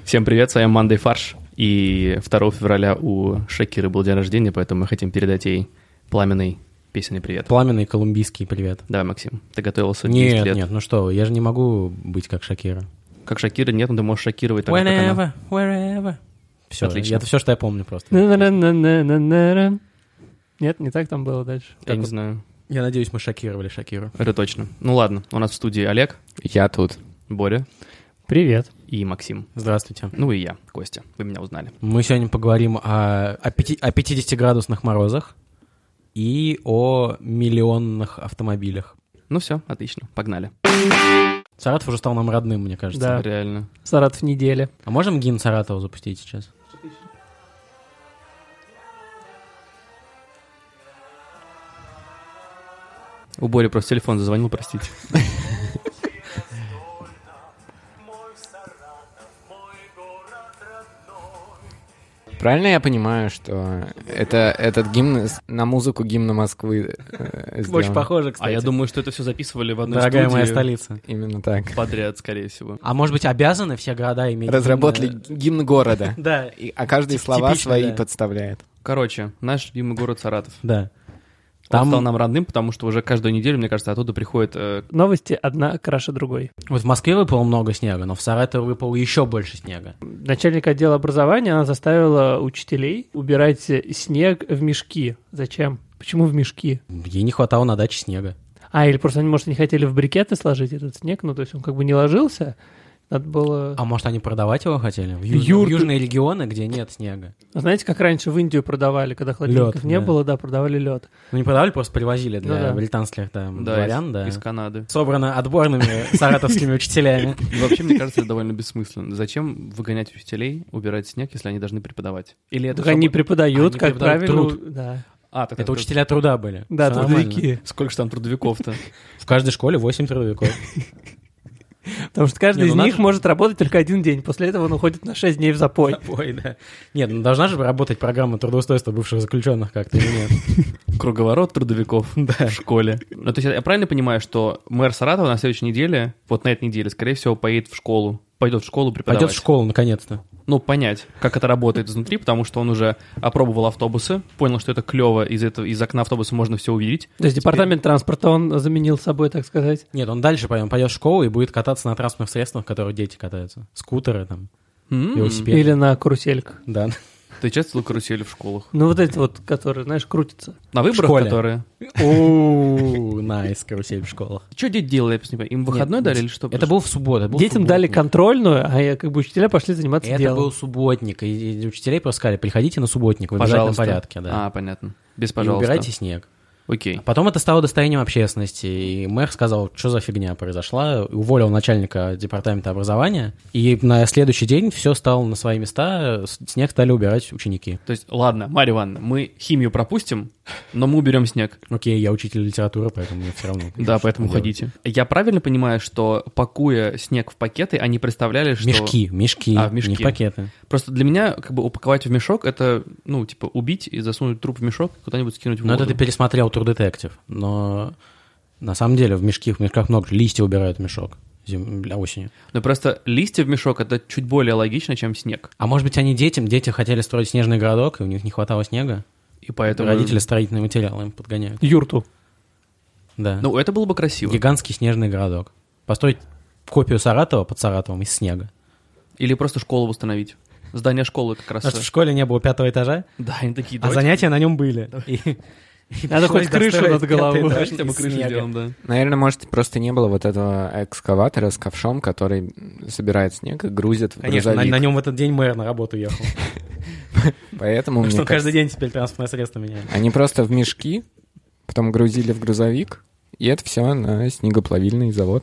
Всем привет, с вами Мандай Фарш. И 2 февраля у Шакиры был день рождения, поэтому мы хотим передать ей пламенный песенный привет. Пламенный колумбийский привет. Давай, Максим, ты готовился 10 лет. Нет, ну что вы, я же не могу быть как Шакира. Как Шакира, нет, но ты можешь шокировать так, как она. Wherever. Все, Отлично. это все, что я помню просто. Нет, не так там было дальше. Я не знаю. Я надеюсь, мы шокировали Шакиру. Это точно. Ну ладно, у нас в студии Олег, Я тут. Боря Привет. и Максим. Здравствуйте. Ну и я, Костя. Вы меня узнали. Мы сегодня поговорим о 50-градусных морозах и о миллионных автомобилях. Ну все, отлично, погнали. Саратов уже стал нам родным, мне кажется. Да. Реально. Саратов неделя. А можем гимн Саратова запустить сейчас? У Бори просто телефон зазвонил, простите. Правильно я понимаю, что этот гимн на музыку гимна Москвы сделан? Очень похоже, кстати. А я думаю, что это все записывали в одной Дорогая студии моя столица. Именно так. подряд, скорее всего. А может быть, обязаны все города иметь... Разработали гимн? гимн города, Да, а каждый слова типично, свои да. подставляет. Короче, наш любимый город Саратов. да. Он Там стал нам родным, потому что уже каждую неделю, мне кажется, оттуда приходит... Новости одна краше другой. вот в Москве выпало много снега, но в Саратове выпало еще больше снега. Начальник отдела образования, она заставила учителей убирать снег в мешки. Зачем? Почему в мешки? Ей не хватало на даче снега. Или просто они, может, не хотели в брикеты сложить этот снег, ну, то есть он как бы не ложился, надо было... А может, они продавать его хотели? В Юрты. южные регионы, где нет снега. Знаете, как раньше в Индию продавали, когда холодильников Лёд, не да. было, да, продавали лед. Ну, не продавали, просто привозили для Ну да. британских дворян, да. из Канады. Собрано отборными саратовскими учителями. И вообще, мне кажется, это довольно бессмысленно. Зачем выгонять учителей, убирать снег, если они должны преподавать? Или это Так они преподают, Они как преподают правильно. труд. Да, так Это учителя труда были. да, Всё нормально. трудовики. Сколько же там трудовиков-то? В каждой школе 8 трудовиков. Потому что каждый Не, ну из надо них же. может работать только один день. После этого он уходит на 6 дней в запой. Ой, да. Нет, ну должна же работать программа трудоустройства бывших заключенных как-то или нет? Круговорот трудовиков в школе. Ну, то есть я правильно понимаю, что мэр Саратова на следующей неделе, вот на этой неделе, скорее всего, поедет в школу. Пойдет в школу преподавать. Пойдет в школу, наконец-то. Ну, понять, как это работает изнутри, потому что он уже опробовал автобусы, понял, что это клево, из окна автобуса можно все увидеть. То есть департамент транспорта он заменил собой, так сказать. Нет, он дальше пойдет в школу и будет кататься на транспортных средствах, в которых дети катаются. Скутеры там, велосипед. Или на карусельках. Да. Ты часто карусели в школах? Ну, вот эти вот, которые, знаешь, крутятся. На выборах, школе. которые? Ооо, найс, карусель в школах. Что дети делали, я просто не понимаю? Им выходной Нет, дали или что? Это был в субботу. это был Детям дали субботник. контрольную, как бы учителя пошли заниматься Это делом. был субботник, и учителей просто сказали, приходите на субботник в обязательном Пожалуйста. порядке. Да. Понятно. Без И пожалуйста. убирайте снег. Окей. Потом это стало достоянием общественности, и мэр сказал, что за фигня произошла, уволил начальника департамента образования, и на следующий день все стало на свои места, снег стали убирать ученики. То есть, ладно, Марья Ивановна, мы химию пропустим, но мы уберем снег. Окей, я учитель литературы, поэтому мне все равно. Да, поэтому Что ходите. Я правильно понимаю, что, пакуя снег в пакеты, они представляли, что... делать? Мешки, в мешки. не в пакеты. Просто для меня, как бы, упаковать в мешок, это, ну, типа, убить и засунуть труп в мешок и куда-нибудь скинуть в Но воду. это ты пересмотрел True Detective, но на самом деле в мешках много, листья убирают в мешок для осени. Но просто листья в мешок — это чуть более логично, чем снег. А может быть, дети хотели строить снежный городок, и у них не хватало снега? И поэтому... Родители строительные материалы им подгоняют. Юрту. Да. Ну, это было бы красиво. Гигантский снежный городок. Построить копию Саратова под Саратовом из снега. Или просто школу восстановить. Здание школы как раз... Потому что в школе не было 5-го этажа, Да, они такие... а давайте- занятия на нем были. Надо хоть крышу над головой. Давайте хотя бы крышу сделаем, да. Наверное, может, просто не было вот этого экскаватора с ковшом, который собирает снег и грузит в Конечно, грузовик. на нем в этот день мэр на работу ехал. Поэтому, Потому мне что он каждый кажется, день теперь транспортное средство меняет. они просто в мешки, потом грузили в грузовик, и это все на снегоплавильный завод.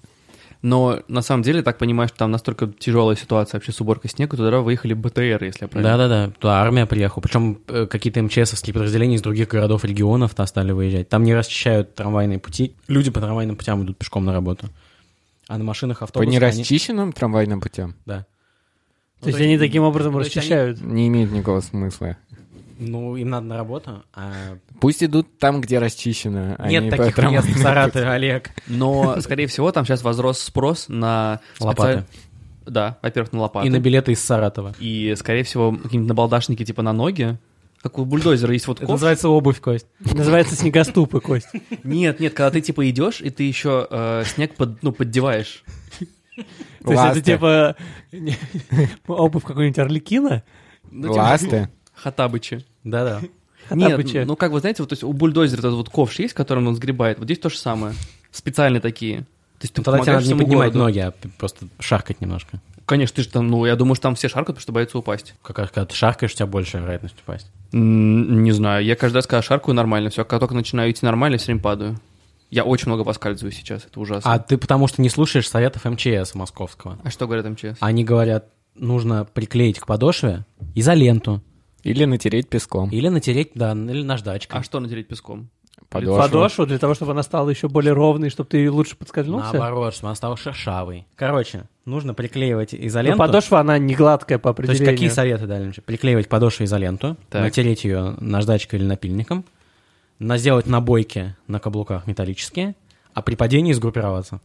Но на самом деле, так понимаю, что там настолько тяжелая ситуация вообще с уборкой снега, туда выехали БТР, если я правильно... Да-да-да, туда армия приехала. Причем какие-то МЧСовские подразделения из других городов, регионов-то стали выезжать. Там не расчищают трамвайные пути. Люди по трамвайным путям идут пешком на работу. А на машинах, По автобусах... нерасчищенным трамвайным путям Да. То есть они таким образом то есть расчищают. не имеет никакого смысла. Ну, им надо на работу, а... Пусть идут там, где расчищено, а Нет не по таких трамвайным мест в Саратове, Олег. Но, скорее всего, там сейчас возрос спрос на... Лопаты. Да, во-первых, на лопаты. И на билеты из Саратова. И, скорее всего, какие-нибудь набалдашники типа на ноги. Как у бульдозера есть вот Это ковш. называется обувь, Кость. Называется снегоступы, Кость. Нет, когда ты типа идешь, и ты еще снег поддеваешь. То есть это Ласты. типа обувь какой-нибудь Арлекина? Ну, типа, Ласты. Хаттабычи. Да-да. Хаттабычи. Нет, ну как вы знаете, вот, то есть у бульдозера этот вот ковш есть, которым он сгребает. Вот здесь то же самое. Специальные такие. То есть ты Тогда тебе помогаешь надо не всему поднимать городу. ноги, а просто шаркать немножко. Конечно, ты же там, я думаю, что там все шаркают, потому что боятся упасть. Когда ты шаркаешь, у тебя большая вероятность упасть. Не знаю, я каждый раз, когда шаркаю, нормально все. Как только начинаю идти нормально, все время падаю. Я очень много поскальзываюсь сейчас, это ужасно. А ты потому что не слушаешь советов МЧС московского. А что говорят МЧС? Они говорят, нужно приклеить к подошве изоленту. Или натереть песком. Или натереть, да, или наждачкой. А что натереть песком? Подошву для того, чтобы она стала еще более ровной, чтобы ты лучше подскользнулся? Наоборот, чтобы она стала шершавой. Короче, нужно приклеивать Но изоленту. подошва, она не гладкая по То есть определению. какие советы дали? Приклеивать подошву изоленту, Так. натереть ее наждачкой или напильником, сделать набойки на каблуках металлические, а при падении сгруппироваться.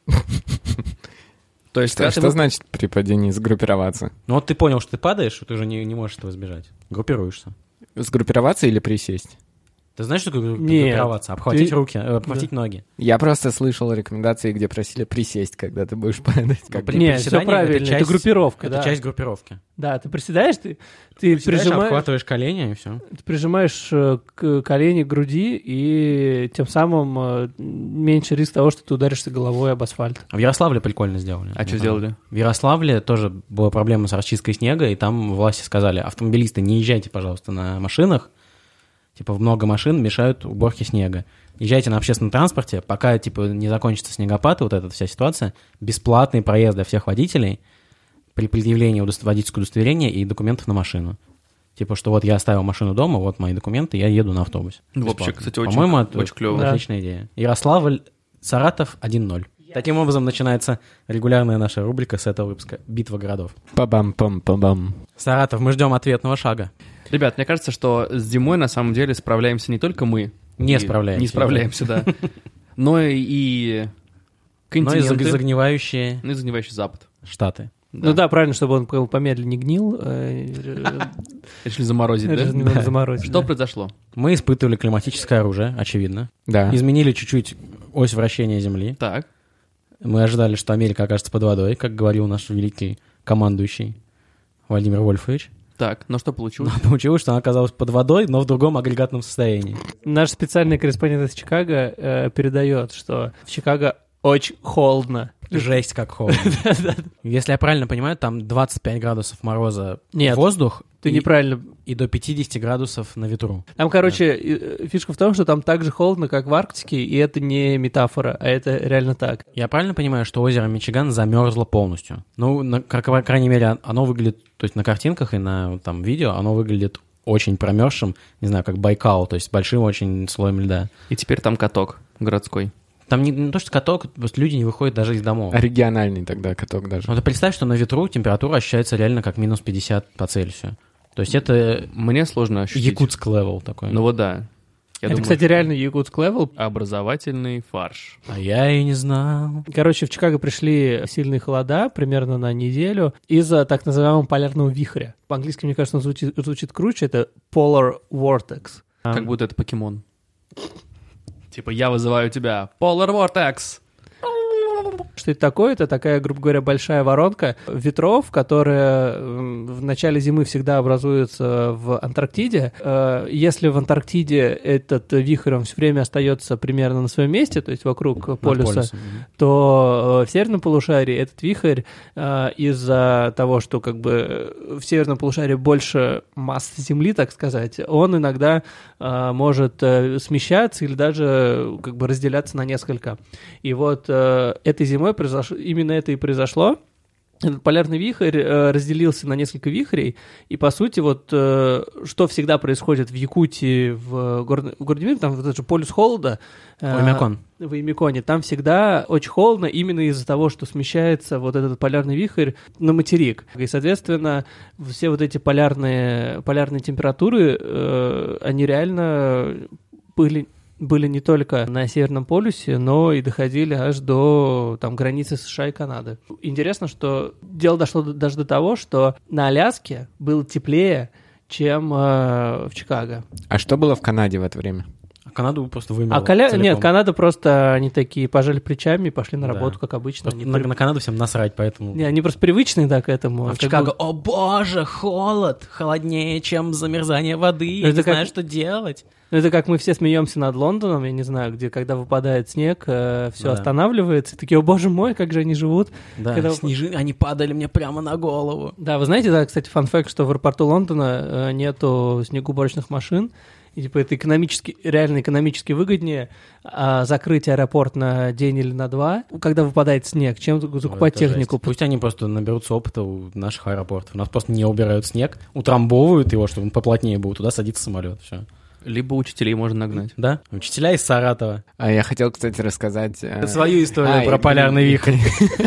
То есть, когда Что значит при падении сгруппироваться? Ну вот ты понял, что ты падаешь, ты уже не можешь этого избежать. Группируешься. Сгруппироваться или присесть? Ты знаешь, что такое Нет. группироваться? Обхватить Ты- руки, обхватить ноги. Я просто слышал рекомендации, где просили присесть, когда ты будешь падать. Как При Нет, все приседании правильно, это часть- группировка, Это да. часть группировки. Да, ты приседаешь, ты Приседаешь, прижимаешь, обхватываешь колени и все. ты прижимаешь колени к груди, и тем самым меньше риск того, что ты ударишься головой об асфальт. В Ярославле прикольно сделали. А что сделали? В Ярославле тоже была проблема с расчисткой снега, и там власти сказали, автомобилисты, не езжайте, пожалуйста, на машинах, типа много машин мешают уборке снега. Езжайте на общественном транспорте, пока типа не закончится снегопад, и вот эта вся ситуация, бесплатный проезд для всех водителей при предъявлении водительского удостоверения и документов на машину. Типа, что вот я оставил машину дома, вот мои документы, я еду на автобусе. Ну, вообще, Бесплатно. кстати, очень- По-моему, это очень клёво. Да. Отличная идея. Ярославль, Саратов 1-0. Таким образом начинается регулярная наша рубрика с этого выпуска «Битва городов». Па-бам-пам-па-бам. Саратов, мы ждем ответного шага. Ребят, мне кажется, что с зимой на самом деле справляемся не только мы. Не И- справляемся. Не справляемся, да. Но и Но и континенты, загнивающие ну и загнивающий Запад. штаты. Ну да, правильно, чтобы он помедленнее гнил, Решили заморозить, да? немного заморозить. Что да. произошло? Мы испытывали климатическое оружие, очевидно. Да. Изменили чуть-чуть ось вращения Земли. Так, Мы ожидали, что Америка окажется под водой, как говорил наш великий командующий Владимир Вольфович. так, но что получилось? Но получилось, что она оказалась под водой, но в другом агрегатном состоянии. Наш специальный корреспондент из Чикаго передает, что в Чикаго очень холодно. Жесть, как холодно. Если я правильно понимаю, там 25 градусов мороза Нет, воздух Ты и, неправильно. и до 50 градусов на ветру. Там, короче, фишка в том, что там так же холодно, как в Арктике, и это не метафора, а это реально так. Я правильно понимаю, что озеро Мичиган замерзло полностью? Ну, по крайней мере, оно выглядит, то есть на картинках и на там видео, оно выглядит очень промерзшим, не знаю, как Байкал, то есть большим очень слоем льда. И теперь там каток городской. Там не то, что каток, просто люди не выходят даже из домов. Региональный тогда каток даже. Ну, ты представь, что на ветру температура ощущается реально как минус 50 по Цельсию. То есть это Мне сложно ощутить. якутск левел такой. Ну вот да. Я это, думаю, кстати, реально якутск левел. образовательный фарш. А я и не знал. Короче, в Чикаго пришли сильные холода примерно на неделю из-за так называемого полярного вихря. По-английски, мне кажется, он звучит круче. Это Polar Vortex. Как будто это покемон. Типа, я вызываю тебя. Polar Vortex. Что это такое? Это такая, грубо говоря, большая воронка ветров, которая в начале зимы всегда образуется в Антарктиде. Если в Антарктиде этот вихрь, он все время остается примерно на своем месте, то есть вокруг Над полюса, полюсом. то в северном полушарии этот вихрь из-за того, что как бы в северном полушарии больше массы Земли, так сказать, он иногда может смещаться или даже как бы разделяться на несколько. И вот этой зимой именно это и произошло. Этот полярный вихрь разделился на несколько вихрей, и, по сути, вот что всегда происходит в Якутии, в городе Мир, там вот этот же полюс холода. Оймякон. В Оймяконе. Там всегда очень холодно именно из-за того, что смещается вот этот полярный вихрь на материк. И, соответственно, все вот эти полярные температуры, они реально были были не только на Северном полюсе, но и доходили аж до там, границы США и Канады. Интересно, что дело дошло даже до того, что на Аляске было теплее, чем в Чикаго. А что было в Канаде в это время? Канаду просто вымерла целиком. Нет, Канада просто, они такие пожали плечами и пошли на Да. работу, как обычно. Просто на Канаду всем насрать, поэтому... Не, они просто привычные, да, к этому. А в Как Чикаго, бы- о боже, холод, холоднее, чем замерзание воды, я Это не как- знаю, что делать. Ну, это как мы все смеемся над Лондоном, я не знаю, где, когда выпадает снег, все Да. останавливается, и такие, о боже мой, как же они живут. Да, Когда- снежинки, они падали мне прямо на голову. Да, вы знаете, да, кстати, фан-факт, что в аэропорту Лондона нету снегоуборочных машин, и типа это реально экономически выгоднее закрыть аэропорт на день или на два, когда выпадает снег, чем закупать Это технику. жесть. Пусть они просто наберутся опыта у наших аэропортов. У нас просто не убирают снег, утрамбовывают его, чтобы он поплотнее был, туда садится самолет, все. Либо учителей можно нагнать. Да? Учителя из Саратова. А я хотел, кстати, рассказать... Свою историю про и- полярный вихрь.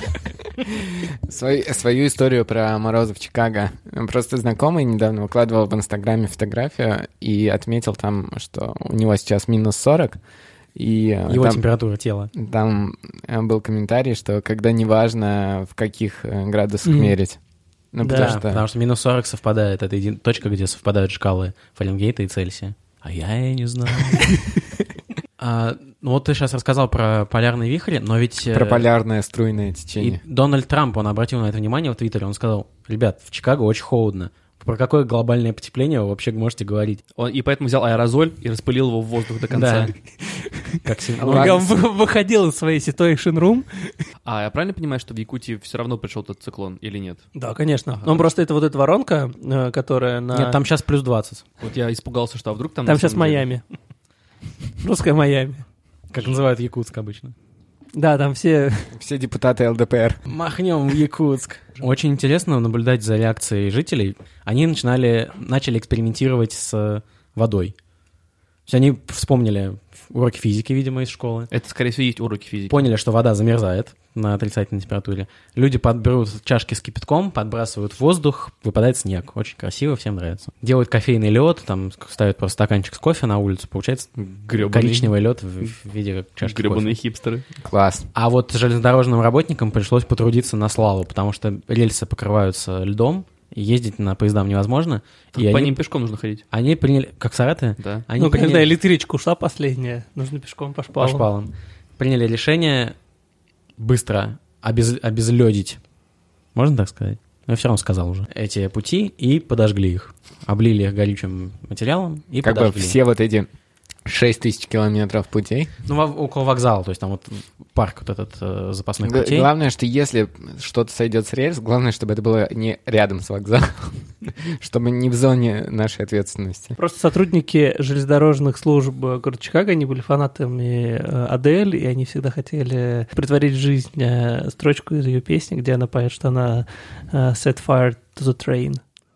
Свою историю про морозы в Чикаго. Просто знакомый недавно выкладывал в Инстаграме фотографию и отметил там, что у него сейчас минус 40. И Его температура тела. там был комментарий, что когда неважно, в каких градусах Мгм. мерить. Ну, Да, потому что... Потому что минус 40 совпадает. Это точка, где совпадают шкалы Фаренгейта и Цельсия. А я и не знаю. Ну вот ты сейчас рассказал про полярный вихрь, но ведь... Про полярное струйное И течение. Дональд Трамп, он обратил на это внимание в Твиттере, он сказал, ребят, в Чикаго очень холодно. Про какое глобальное потепление вы вообще можете говорить? Он и поэтому взял аэрозоль и распылил его в воздух до конца. Да. Как сильно- Ладно. Он выходил из своей situation room. А я правильно понимаю, что в Якутии все равно пришел этот циклон или нет? Да, конечно. Он просто это вот эта воронка, которая на... Нет, там сейчас плюс 20. Вот я испугался, что а вдруг там... Там на сейчас самом деле- Майами. Русская Майами. Как называют Якутск обычно. Да, там все... Все депутаты ЛДПР. Махнем в Якутск. Очень интересно наблюдать за реакцией жителей. Они начали экспериментировать с водой. То есть они вспомнили уроки физики, видимо, из школы. Это, скорее всего, есть уроки физики. Поняли, что вода замерзает на отрицательной температуре. Люди берут чашки с кипятком, подбрасывают в воздух, выпадает снег. Очень красиво, всем нравится. Делают кофейный лед, там ставят просто стаканчик с кофе на улицу, получается коричневый лед в виде чашки Гребаные кофе. хипстеры. Класс. А вот железнодорожным работникам пришлось потрудиться на славу, потому что рельсы покрываются льдом, и ездить на поездам невозможно. И По они, ним пешком нужно ходить. они приняли, как в Саратове, Да. они Ну, когда приняли электричка ушла последняя, нужно пешком по по шпалам. шпалам. Приняли решение быстро обезледить. Можно так сказать? Я все равно сказал уже. Эти пути и подожгли их. Облили их горючим материалом и Как бы подожгли. все вот эти 6000 километров путей. Ну, около вокзала, то есть там вот парк вот этот запасных путей. Главное, что если что-то сойдет с рельс, главное, чтобы это было не рядом с вокзалом, чтобы не в зоне нашей ответственности. Просто сотрудники железнодорожных служб города Чикаго, они были фанатами Адель, и они всегда хотели притворить в жизнь строчку из ее песни, где она поет, что она set fire to the train.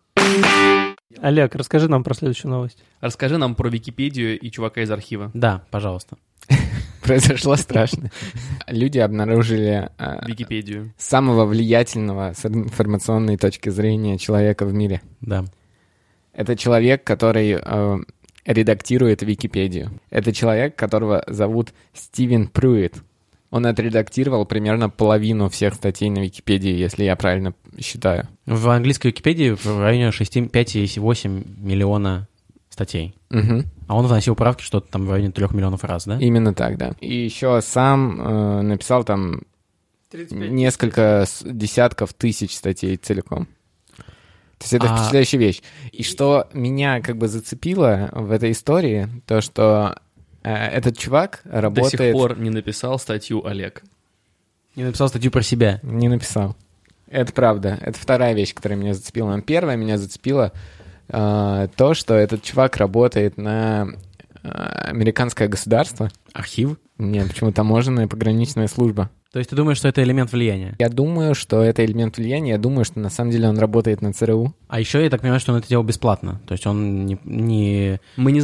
Олег, расскажи нам про следующую новость. Расскажи нам про Википедию и чувака из архива. Да, пожалуйста. Произошло страшно. Люди обнаружили Википедию. самого влиятельного с информационной точки зрения человека в мире. Да. Это человек, который редактирует Википедию. Это человек, которого зовут Стивен Пруитт. Он отредактировал примерно половину всех статей на Википедии, если я правильно считаю. В английской Википедии в районе 5,8 миллиона статей. Мгм. А он вносил правки что-то там в районе 3 миллионов раз, да? Именно так, да. И еще сам написал там несколько десятков тысяч статей целиком. То есть это впечатляющая вещь. И что меня как бы зацепило в этой истории, то, что этот чувак До работает... сих пор не написал статью Олег. Не написал статью про себя. Не написал. Это правда. Это вторая вещь, которая меня зацепила. Но первая меня зацепила то, что этот чувак работает на американское государство. Архив. Нет, почему таможенная пограничная служба. То есть ты думаешь, что это элемент влияния? Я думаю, что это элемент влияния. Я думаю, что на самом деле он работает на ЦРУ. А еще я так понимаю, что он это делал бесплатно. То есть он не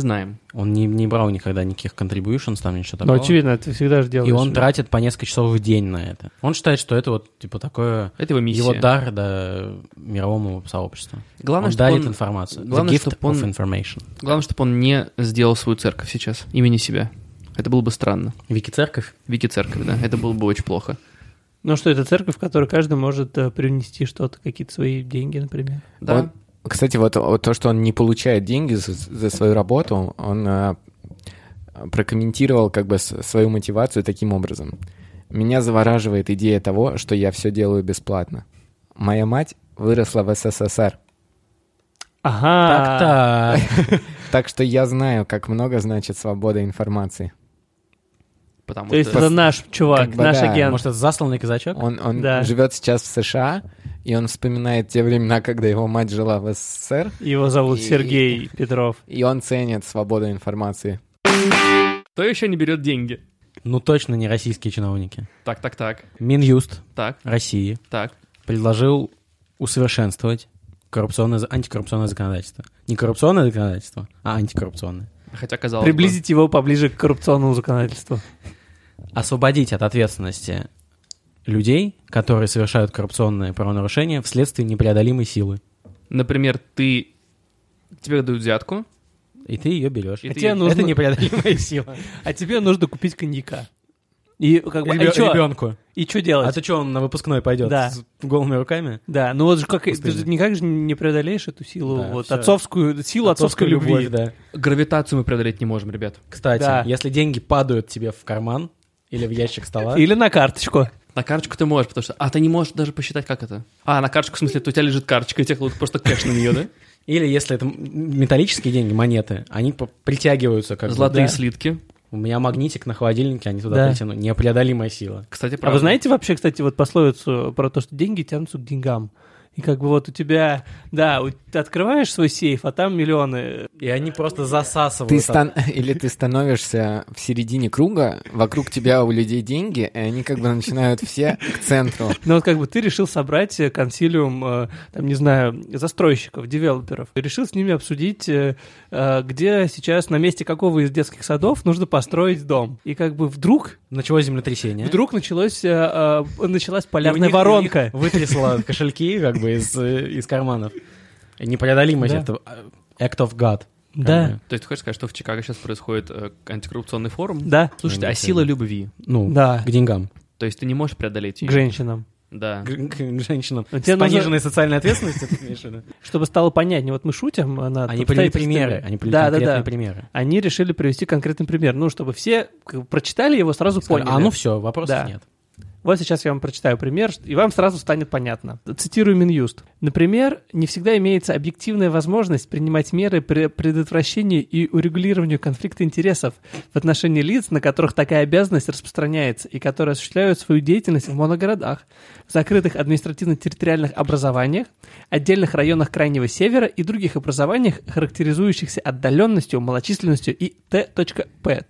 брал никогда никаких contributions, там ничего Ну, такого. очевидно, ты всегда же делаешь. И он тратит по несколько часов в день на это. Он считает, что это вот типа такое Это его миссия. его дар да, мировому сообществу. Главное, он чтобы дарит он- информацию. главное, The gift чтобы он- of information. Главное, чтобы он не сделал свою церковь сейчас. Имени себя. Это было бы странно. Вики-церковь? Вики-церковь, да. Это было бы очень плохо. Ну что, это церковь, в которой каждый может привнести что-то, какие-то свои деньги, например. Да. Кстати, вот то, что он не получает деньги за свою работу, он прокомментировал как бы свою мотивацию таким образом. «Меня завораживает идея того, что я все делаю бесплатно. Моя мать выросла в СССР. Ага. Так что я знаю, как много значит свобода информации». Потому То есть что... это наш чувак, Как бы наш да. агент. Может, это засланный казачок? Он Да. живет сейчас в США, и он вспоминает те времена, когда его мать жила в СССР, Его зовут И- Сергей Петров. и он ценит свободу информации. Кто еще не берет деньги? Ну, точно не российские чиновники. Так. Минюст Так. России Так. предложил усовершенствовать антикоррупционное законодательство. Не коррупционное законодательство, а антикоррупционное. Хотя, казалось Приблизить его поближе к коррупционному законодательству. Освободить от ответственности людей, которые совершают коррупционные правонарушения вследствие непреодолимой силы. бы, например, тебе дают взятку, И ты ее берешь. И А ты- тебе нужно- Это непреодолимая сила. А тебе нужно купить коньяка. И как бы, и чё? Ребенку. И что делать? А ты что, он на выпускной пойдет Да. с голыми руками? Да, ну вот же как, ты Пустыня. же никак же не преодолеешь эту силу, Да, вот, всё. силу отцовской любви. да. гравитацию мы преодолеть не можем, ребят. Кстати, Да. если деньги падают тебе в карман или в ящик стола, Или на карточку. На карточку ты можешь, потому что... А ты не можешь даже посчитать, как это. На карточку, в смысле, то у тебя лежит карточка, и тебе кладут просто кэш на нее, да? или если это металлические деньги, монеты, они притягиваются как бы. Золотые Да. слитки. У меня магнитик на холодильнике, они туда Да. притянут. Непреодолимая сила. Кстати, А правда. вы знаете вообще, кстати, вот пословицу про то, что деньги тянутся к деньгам? И как бы вот у тебя, да, ты открываешь свой сейф, а там миллионы. И они просто засасывают. Или ты становишься в середине круга, вокруг тебя у людей деньги, и они как бы начинают все к центру. Ну вот как бы ты решил собрать консилиум, там, не знаю, застройщиков, девелоперов. И решил с ними обсудить, где сейчас, на месте какого из детских садов нужно построить дом. И как бы вдруг Началось землетрясение. началась И у полярная них воронка. вытрясла кошельки как бы из карманов. И непреодолимость Да. — это act of God. как Да. бы. То есть ты хочешь сказать, что в Чикаго сейчас происходит антикоррупционный форум? Да, Слушайте, а Ну, сила любви? Ну, да, к деньгам. То есть ты не можешь преодолеть ее? к женщинам. Да. К женщинам Но с тебе нужно- пониженной социальной ответственностью, ты имеешь в виду? Чтобы стало понятнее, вот мы шутим, Они привели примеры, они привели конкретные примеры. Они решили привести конкретный пример, ну, чтобы все как бы прочитали его, сразу поняли. А ну все, вопросов Да. нет. Вот сейчас я вам прочитаю пример, и вам сразу станет понятно. Цитирую Минюст. Например, не всегда имеется объективная возможность принимать меры при предотвращении и урегулированию конфликта интересов в отношении лиц, на которых такая обязанность распространяется и которые осуществляют свою деятельность в моногородах, закрытых административно-территориальных образованиях, отдельных районах Крайнего Севера и других образованиях, характеризующихся отдаленностью, малочисленностью и т.п.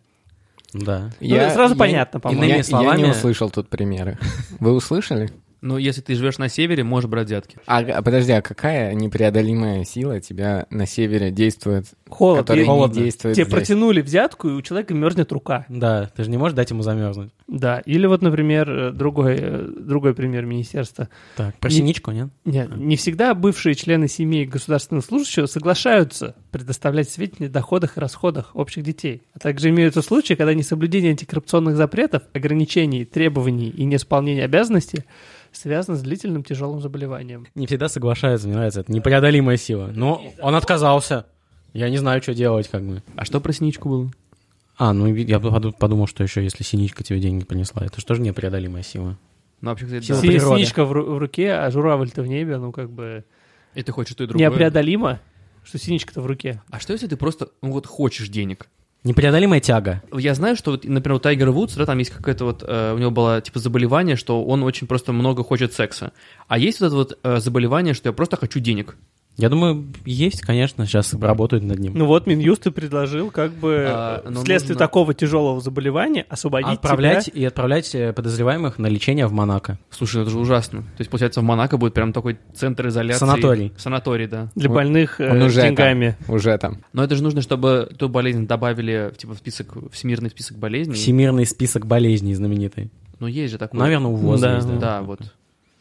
Да. сразу понятно, по-моему. Иными Я словами- не услышал тут примеры. Вы услышали? Ну, если ты живешь на севере, можешь брать взятки. Подожди, а какая непреодолимая сила тебя на севере действует, Холод. которая холодно. не действует Тебе здесь? протянули взятку, и у человека мерзнет рука. Да, ты же не можешь дать ему замерзнуть. Да, или вот, например, другой пример министерства. Так, про Не- синичку, нет? Нет, не всегда бывшие члены семей государственных служащих соглашаются предоставлять сведения о доходах и расходах общих детей. А также имеются случаи, когда несоблюдение антикоррупционных запретов, ограничений, требований и неисполнение обязанностей связано с длительным тяжелым заболеванием. Не всегда соглашаются, мне нравится. Это непреодолимая сила. Но он отказался. Я не знаю, что делать, как бы. А что про синичку было? Ну я подумал, что еще, если синичка тебе деньги принесла, это же тоже непреодолимая сила. Ну, вообще, кстати, Сила да. природы. Синичка в руке, а журавль-то в небе, ну как бы И ты хочешь то и другое. непреодолимо, что синичка-то в руке. А что, если ты просто, хочешь денег? Непреодолимая тяга. Я знаю, что, вот, например, у Тайгера Вудс, да, там есть какое-то у него было, типа, заболевание, что он очень просто много хочет секса. А есть вот это вот заболевание, что я просто хочу денег. Я думаю, есть, конечно, сейчас работают над ним. Ну вот Минюст и предложил как бы но вследствие нужно- такого тяжелого заболевания освободить Отправлять тебя. подозреваемых на лечение в Монако. Слушай, ну это же ужасно. То есть, получается, в Монако будет прям такой центр изоляции. Санаторий. Санаторий, да. Для больных Он с уже деньгами. Уже там. Но это же нужно, чтобы ту болезнь добавили, типа, в всемирный список болезней. Всемирный список болезней знаменитый. Ну, есть же такой. Наверное, у ВОЗа Да. есть, да. Да, вот.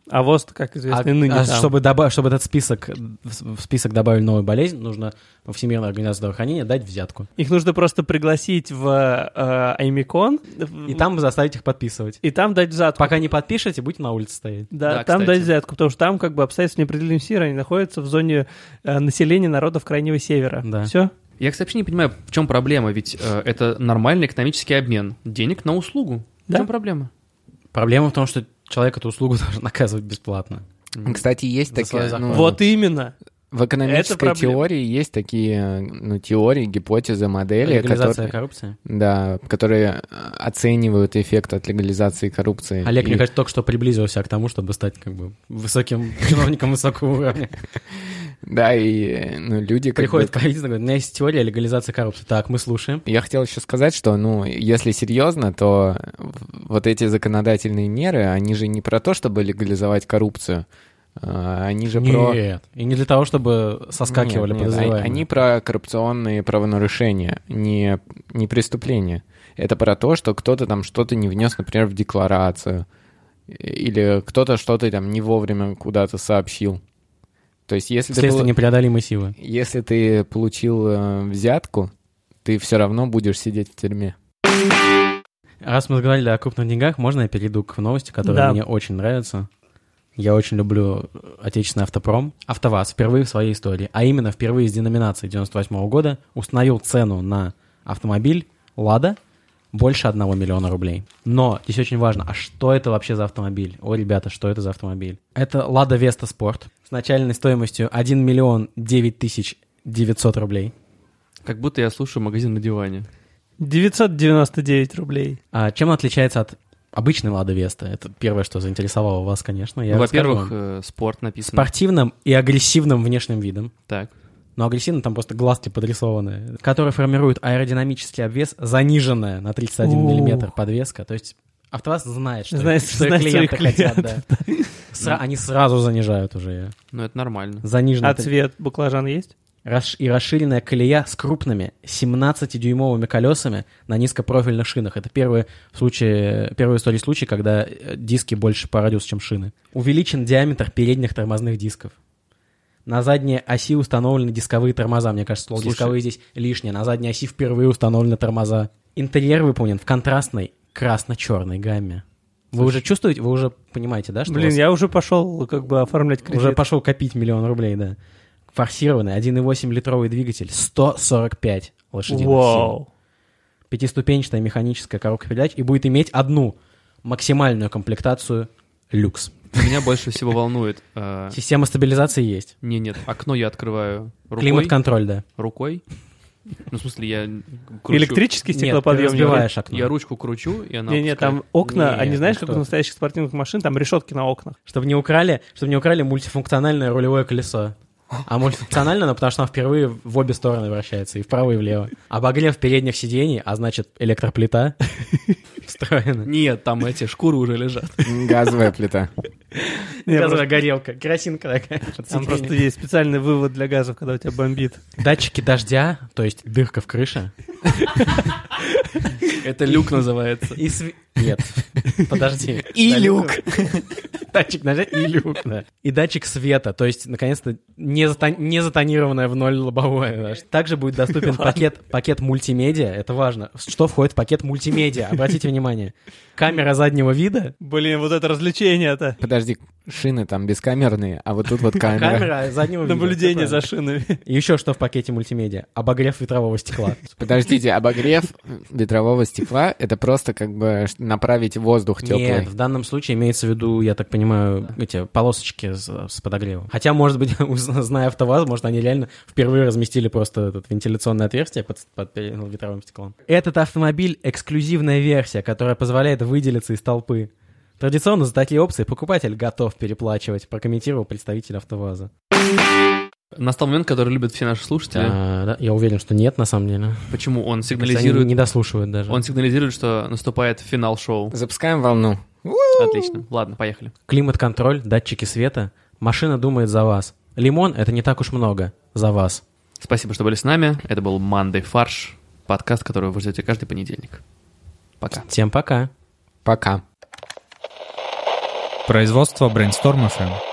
А ВОЗ, как известно, ныне там. Чтобы этот в список добавили новую болезнь, нужно во Всемирную организацию здравоохранения дать взятку. Их нужно просто пригласить в Аймикон. И там заставить их подписывать. И там дать взятку. Пока не подпишете, будете на улице стоять. Да, там кстати. Дать взятку, потому что там как бы обстоятельства неопределимой сферы, они находятся в зоне населения народов Крайнего Севера. Да. Все? Я, кстати, вообще не понимаю, в чем проблема, ведь это нормальный экономический обмен. Денег на услугу. Да? В чем проблема? Проблема в том, что человек эту услугу должен наказывать бесплатно. Кстати, есть такие... Вот именно. В экономической теории есть такие теории, гипотезы, модели, легализация коррупции? Да, которые оценивают эффект от легализации коррупции. Олег, мне кажется, только что приблизился к тому, чтобы стать как бы высоким чиновником высокого уровня. Да, и люди... Приходят к правительству и говорят, у меня есть теория легализации коррупции. Так, мы слушаем. Я хотел еще сказать, что, если серьезно, то вот эти законодательные меры, они же не про то, чтобы легализовать коррупцию, они же про... Нет, и не для того, чтобы соскакивали подозреваемые. Они про коррупционные правонарушения, не преступления. Это про то, что кто-то там что-то не внес, например, в декларацию, или кто-то что-то там не вовремя куда-то сообщил. То есть, если непреодолимой силы. Если ты получил взятку, ты все равно будешь сидеть в тюрьме. Раз мы говорили о крупных деньгах, можно я перейду к новости, которая мне очень нравится? Я очень люблю отечественный автопром. АвтоВАЗ впервые в своей истории, а именно впервые с деноминацией 98 года, установил цену на автомобиль «Лада» больше 1 миллиона рублей. Но здесь очень важно, а что это вообще за автомобиль? О, ребята, что это за автомобиль? Это «Лада Веста Спорт» с начальной стоимостью 1 миллион 9 тысяч 900 рублей. Как будто я слушаю «Магазин на диване». 999 рублей. А чем он отличается от обычной «Лада Веста»? Это первое, что заинтересовало вас, конечно. Во-первых, спорт написано. Спортивным и агрессивным внешним видом. Так. Но агрессивно там просто глазки подрисованы. Которые формируют аэродинамический обвес, заниженная на 31 миллиметр подвеска. То есть АвтоВАЗ знает, что клиенты хотят. Да. Они сразу занижают уже ее. Ну, это нормально. А цвет баклажан есть? И расширенная колея с крупными 17-дюймовыми колесами на низкопрофильных шинах. Это первый в истории случай, когда диски больше по радиусу, чем шины. Увеличен диаметр передних тормозных дисков. На задней оси установлены дисковые тормоза. Мне кажется, слово «дисковые» здесь лишнее. На задней оси впервые установлены тормоза. Интерьер выполнен в контрастной красно-черной гамме. Вы уже чувствуете, вы уже понимаете, да? Что я уже пошел как бы оформлять кредит. Уже пошел копить 1 миллион рублей, да. Форсированный 1,8-литровый двигатель, 145 лошадиных сил. 5-ступенчатая механическая коробка передач и будет иметь одну максимальную комплектацию люкс. Меня больше всего волнует... Система стабилизации есть. Нет, окно я открываю рукой. Климат-контроль, да. Рукой. Ну, в смысле, я кручу. Электрический стеклоподъемник. Нет, ты разбиваешь окно. Я ручку кручу, и она... Не, там окна, они, знаешь, как у настоящих спортивных машин, там решетки на окнах. Чтобы не украли мультифункциональное рулевое колесо. А мультифункционально, потому что она впервые в обе стороны вращается, и вправо, и влево. Обогрев передних сидений, а значит, электроплита встроена. Нет, там эти шкуры уже лежат. Газовая плита. Газовая горелка, керосинка такая. Там просто есть специальный вывод для газов, когда у тебя бомбит. Датчики дождя, то есть дырка в крыше. Это люк называется. Нет, подожди. И люк. Датчик дождя и люк, да. И датчик света, то есть, наконец-то, не затонированное в ноль лобовое. Также будет доступен пакет мультимедиа, это важно. Что входит в пакет мультимедиа? Обратите внимание. Камера заднего вида. Блин, вот это развлечение-то. Подожди, шины там бескамерные, а вот тут вот камера. Камера заднего вида. Наблюдение за шинами. И еще что в пакете мультимедиа? Обогрев ветрового стекла. Подождите, обогрев ветрового стекла — это просто как бы направить воздух теплый. Нет, в данном случае имеется в виду, я так понимаю, эти полосочки с подогревом. Хотя, может быть, зная АвтоВАЗ, может, они реально впервые разместили просто это вентиляционное отверстие под ветровым стеклом. Этот автомобиль — эксклюзивная версия, которая позволяет выделиться из толпы. Традиционно за такие опции покупатель готов переплачивать, прокомментировал представитель АвтоВАЗа. Настал момент, который любят все наши слушатели. Да, я уверен, что нет, на самом деле. Почему? Он сигнализирует... Они не дослушивают даже. Он сигнализирует, что наступает финал шоу. Запускаем волну. Отлично. Ладно, поехали. Климат-контроль, датчики света. Машина думает за вас. Лимон — это не так уж много. За вас. Спасибо, что были с нами. Это был Monday Фарш. Подкаст, который вы ждете каждый понедельник. Пока. Всем пока. Пока. Производство Brainstorm FM.